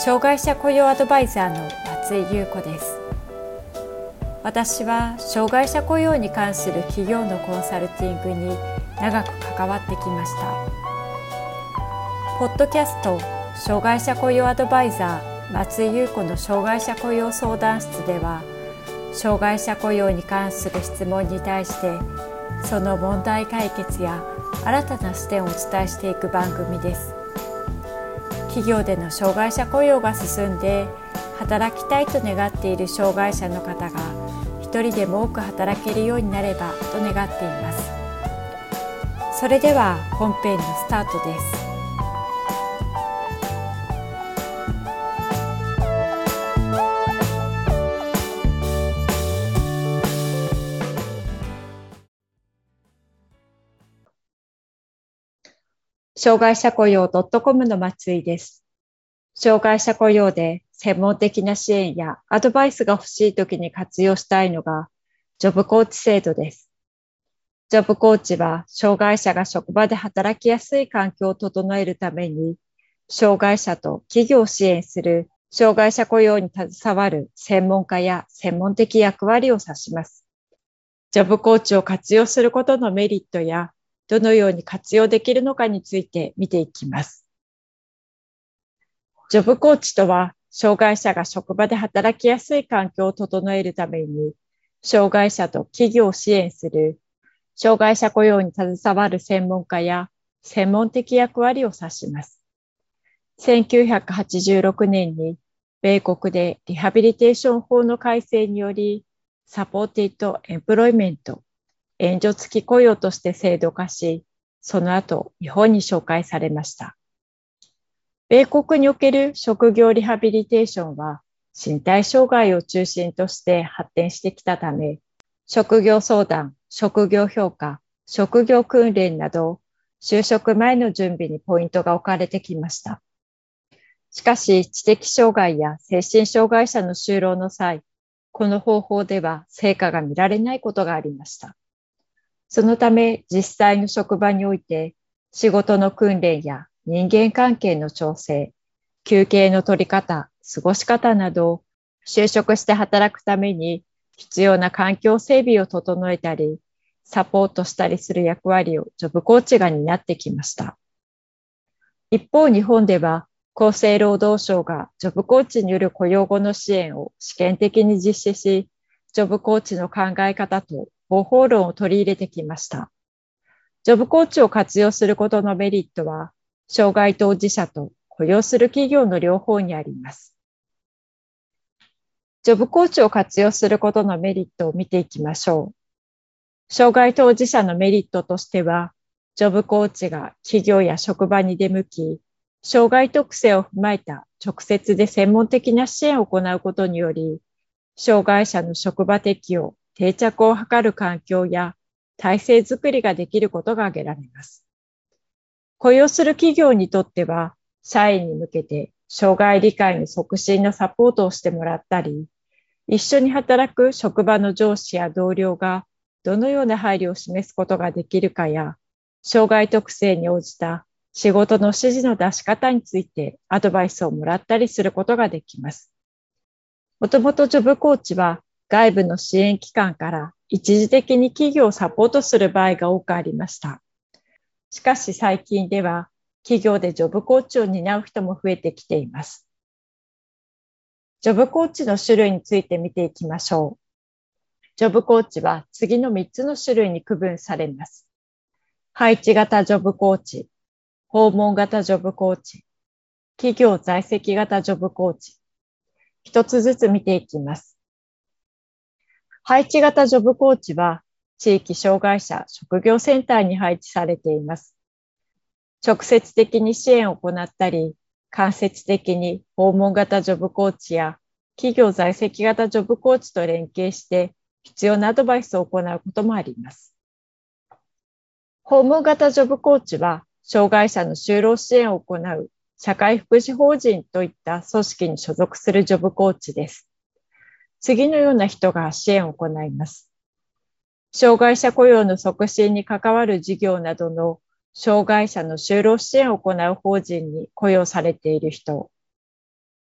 障害者雇用アドバイザーの松井優子です。私は障害者雇用に関する企業のコンサルティングに長く関わってきました。ポッドキャスト障害者雇用アドバイザー松井優子の障害者雇用相談室では、障害者雇用に関する質問に対してその問題解決や新たな視点をお伝えしていく番組です。企業での障害者雇用が進んで働きたいと願っている障害者の方が一人でも多く働けるようになればと願っています。それでは本編のスタートです。障害者雇用 .com の松井です。障害者雇用で専門的な支援やアドバイスが欲しいときに活用したいのがジョブコーチ制度です。ジョブコーチは障害者が職場で働きやすい環境を整えるために、障害者と企業を支援する障害者雇用に携わる専門家や専門的役割を指します。ジョブコーチを活用することのメリットやどのように活用できるのかについて見ていきます。ジョブコーチとは、障害者が職場で働きやすい環境を整えるために、障害者と企業を支援する、障害者雇用に携わる専門家や専門的役割を指します。1986年に、米国でリハビリテーション法の改正により、サポーティッド・エンプロイメント、援助付き雇用として制度化し、その後、日本に紹介されました。米国における職業リハビリテーションは、身体障害を中心として発展してきたため、職業相談、職業評価、職業訓練など、就職前の準備にポイントが置かれてきました。しかし、知的障害や精神障害者の就労の際、この方法では成果が見られないことがありました。そのため、実際の職場において、仕事の訓練や人間関係の調整、休憩の取り方、過ごし方など、就職して働くために必要な環境整備を整えたり、サポートしたりする役割をジョブコーチが担ってきました。一方、日本では厚生労働省がジョブコーチによる雇用後の支援を試験的に実施し、ジョブコーチの考え方と方法論を取り入れてきました。ジョブコーチを活用することのメリットは、障害当事者と雇用する企業の両方にあります。ジョブコーチを活用することのメリットを見ていきましょう。障害当事者のメリットとしては、ジョブコーチが企業や職場に出向き、障害特性を踏まえた直接で専門的な支援を行うことにより、障害者の職場適応、定着を図る環境や体制づくりができることが挙げられます。雇用する企業にとっては、社員に向けて障害理解の促進のサポートをしてもらったり、一緒に働く職場の上司や同僚がどのような配慮を示すことができるかや、障害特性に応じた仕事の指示の出し方についてアドバイスをもらったりすることができます。もともとジョブコーチは外部の支援機関から一時的に企業をサポートする場合が多くありました。しかし最近では企業でジョブコーチを担う人も増えてきています。ジョブコーチの種類について見ていきましょう。ジョブコーチは次の3つの種類に区分されます。配置型ジョブコーチ、訪問型ジョブコーチ、企業在籍型ジョブコーチ。一つずつ見ていきます。配置型ジョブコーチは、地域障害者職業センターに配置されています。直接的に支援を行ったり、間接的に訪問型ジョブコーチや企業在籍型ジョブコーチと連携して必要なアドバイスを行うこともあります。訪問型ジョブコーチは、障害者の就労支援を行う社会福祉法人といった組織に所属するジョブコーチです。次のような人が支援を行います。障害者雇用の促進に関わる事業などの障害者の就労支援を行う法人に雇用されている人、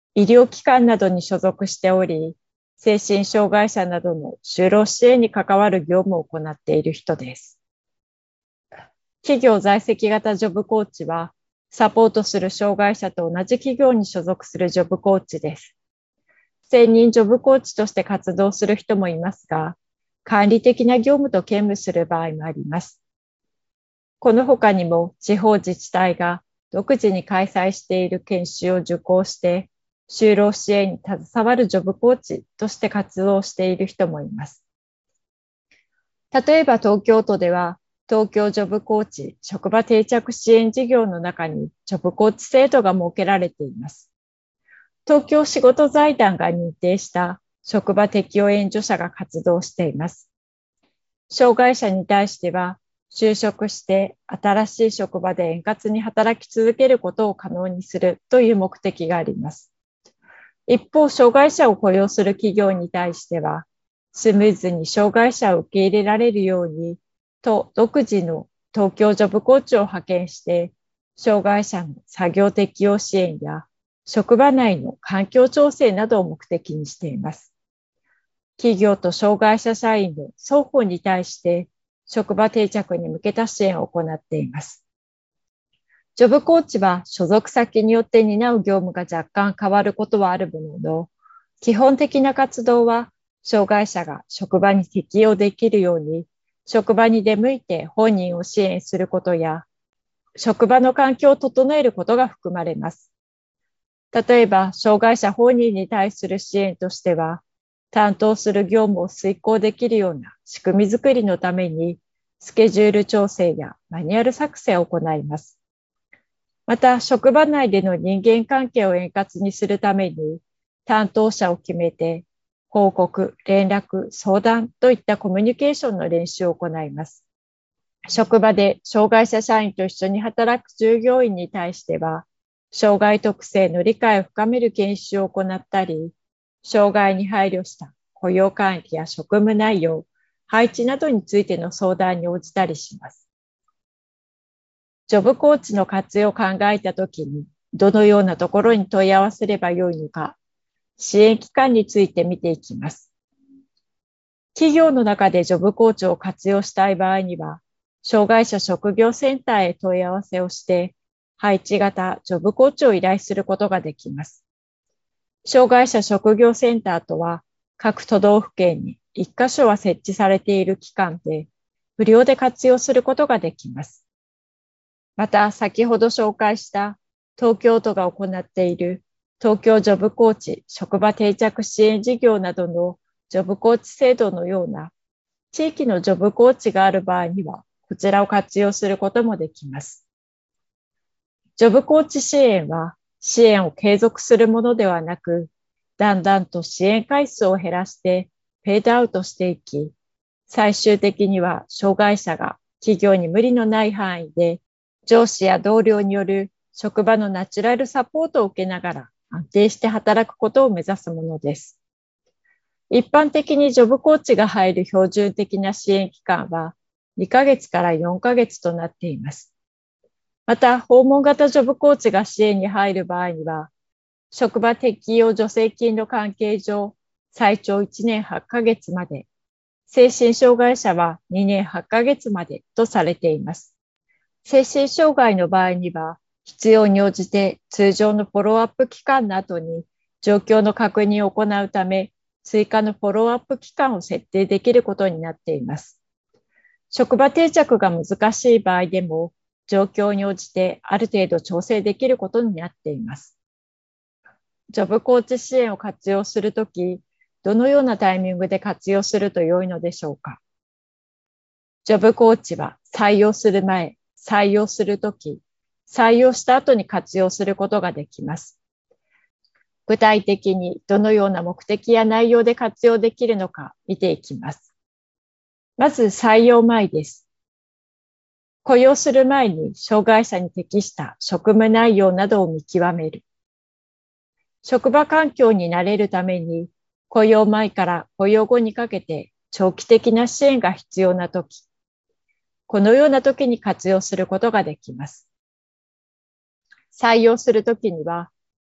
医療機関などに所属しており、精神障害者などの就労支援に関わる業務を行っている人です。企業在籍型ジョブコーチは、サポートする障害者と同じ企業に所属するジョブコーチです。専任ジョブコーチとして活動する人もいますが、管理的な業務と兼務する場合もあります。この他にも地方自治体が独自に開催している研修を受講して、就労支援に携わるジョブコーチとして活動している人もいます。例えば東京都では、東京ジョブコーチ職場定着支援事業の中にジョブコーチ制度が設けられています。東京仕事財団が認定した職場適応援助者が活動しています。障害者に対しては、就職して新しい職場で円滑に働き続けることを可能にするという目的があります。一方、障害者を雇用する企業に対しては、スムーズに障害者を受け入れられるように、と独自の東京ジョブコーチを派遣して、障害者の作業適応支援や職場内の環境調整などを目的にしています。企業と障害者社員の双方に対して職場定着に向けた支援を行っています。ジョブコーチは所属先によって担う業務が若干変わることはあるものの、基本的な活動は障害者が職場に適応できるように、職場に出向いて本人を支援することや、職場の環境を整えることが含まれます。例えば、障害者本人に対する支援としては、担当する業務を遂行できるような仕組み作りのために、スケジュール調整やマニュアル作成を行います。また、職場内での人間関係を円滑にするために、担当者を決めて、報告、連絡、相談といったコミュニケーションの練習を行います。職場で障害者社員と一緒に働く従業員に対しては、障害特性の理解を深める研修を行ったり、障害に配慮した雇用管理や職務内容、配置などについての相談に応じたりします。ジョブコーチの活用を考えたときに、どのようなところに問い合わせればよいのか、支援機関について見ていきます。企業の中でジョブコーチを活用したい場合には、障害者職業センターへ問い合わせをして、配置型ジョブコーチを依頼することができます。障害者職業センターとは、各都道府県に1カ所は設置されている機関で、無料で活用することができます。また、先ほど紹介した東京都が行っている東京ジョブコーチ職場定着支援事業などのジョブコーチ制度のような地域のジョブコーチがある場合には、こちらを活用することもできます。ジョブコーチ支援は支援を継続するものではなく、だんだんと支援回数を減らしてフェードアウトしていき、最終的には障害者が企業に無理のない範囲で上司や同僚による職場のナチュラルサポートを受けながら安定して働くことを目指すものです。一般的にジョブコーチが入る標準的な支援期間は2ヶ月から4ヶ月となっています。また、訪問型ジョブコーチが支援に入る場合には、職場適用助成金の関係上、最長1年8ヶ月まで、精神障害者は2年8ヶ月までとされています。精神障害の場合には、必要に応じて通常のフォローアップ期間の後に状況の確認を行うため、追加のフォローアップ期間を設定できることになっています。職場定着が難しい場合でも、状況に応じてある程度調整できることになっています。ジョブコーチ支援を活用するとき、どのようなタイミングで活用すると良いのでしょうか。ジョブコーチは採用する前、採用するとき、採用した後に活用することができます。具体的にどのような目的や内容で活用できるのか見ていきます。まず採用前です。雇用する前に障害者に適した職務内容などを見極める。職場環境に慣れるために雇用前から雇用後にかけて長期的な支援が必要なとき、このようなときに活用することができます。採用するときには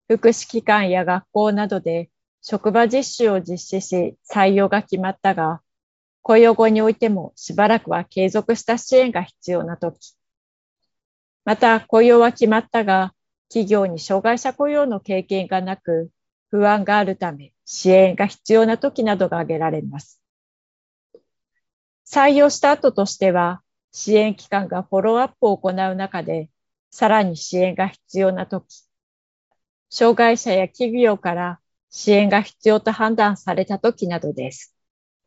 福祉機関や学校などで職場実習を実施し採用が決まったが、雇用後においてもしばらくは継続した支援が必要なとき、また雇用は決まったが、企業に障害者雇用の経験がなく、不安があるため支援が必要なときなどが挙げられます。採用した後としては、支援機関がフォローアップを行う中で、さらに支援が必要なとき、障害者や企業から支援が必要と判断されたときなどです。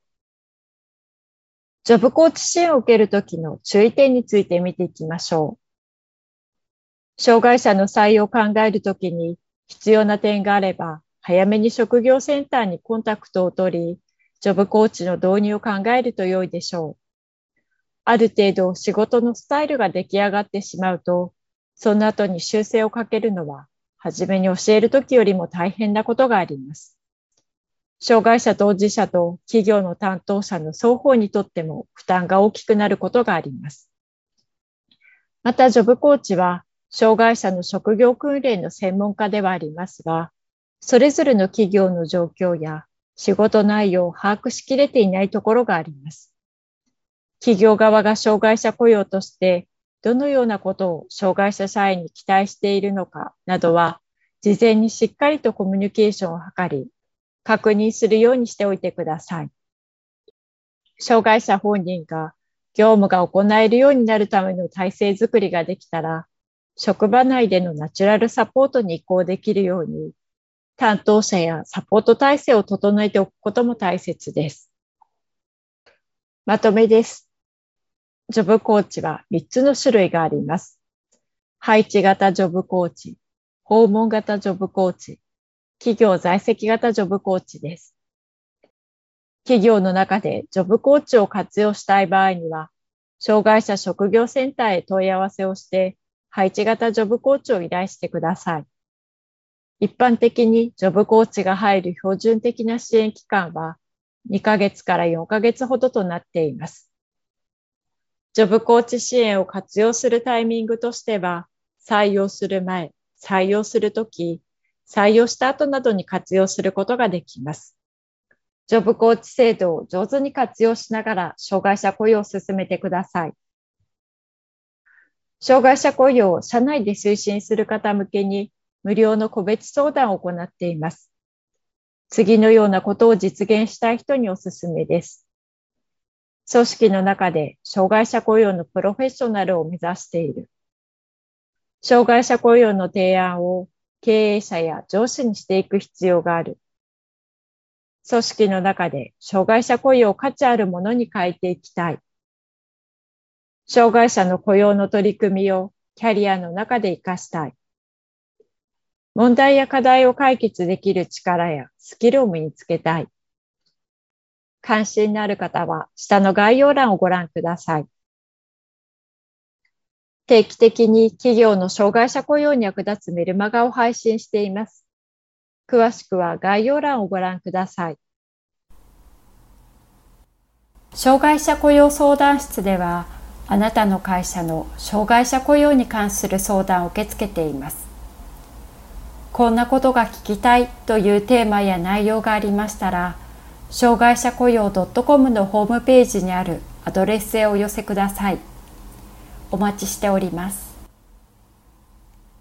ジョブコーチ支援を受けるときの注意点について見ていきましょう。障害者の採用を考えるときに必要な点があれば、早めに職業センターにコンタクトを取り、ジョブコーチの導入を考えると良いでしょう。ある程度仕事のスタイルが出来上がってしまうと、その後に修正をかけるのは、初めに教えるときよりも大変なことがあります。障害者当事者と企業の担当者の双方にとっても負担が大きくなることがあります。また、ジョブコーチは、障害者の職業訓練の専門家ではありますが、それぞれの企業の状況や仕事内容を把握しきれていないところがあります。企業側が障害者雇用としてどのようなことを障害者社員に期待しているのかなどは、事前にしっかりとコミュニケーションを図り、確認するようにしておいてください。障害者本人が業務が行えるようになるための体制づくりができたら、職場内でのナチュラルサポートに移行できるように、担当者やサポート体制を整えておくことも大切です。まとめです。ジョブコーチは3つの種類があります。配置型ジョブコーチ、訪問型ジョブコーチ、企業在籍型ジョブコーチです。企業の中でジョブコーチを活用したい場合には、障害者職業センターへ問い合わせをして、配置型ジョブコーチを依頼してください。一般的にジョブコーチが入る標準的な支援期間は2ヶ月から4ヶ月ほどとなっています。ジョブコーチ支援を活用するタイミングとしては、採用する前、採用するとき、採用した後などに活用することができます。ジョブコーチ制度を上手に活用しながら障害者雇用を進めてください。障害者雇用を社内で推進する方向けに無料の個別相談を行っています。次のようなことを実現したい人におすすめです。組織の中で障害者雇用のプロフェッショナルを目指している。障害者雇用の提案を経営者や上司にしていく必要がある。組織の中で障害者雇用を価値あるものに変えていきたい。障害者の雇用の取り組みをキャリアの中で活かしたい。問題や課題を解決できる力やスキルを身につけたい。関心のある方は下の概要欄をご覧ください。定期的に企業の障害者雇用に役立つメルマガを配信しています。詳しくは概要欄をご覧ください。障害者雇用相談室では、あなたの会社の障害者雇用に関する相談を受け付けています。こんなことが聞きたいというテーマや内容がありましたら、障害者雇用 .com のホームページにあるアドレスへお寄せください。お待ちしております。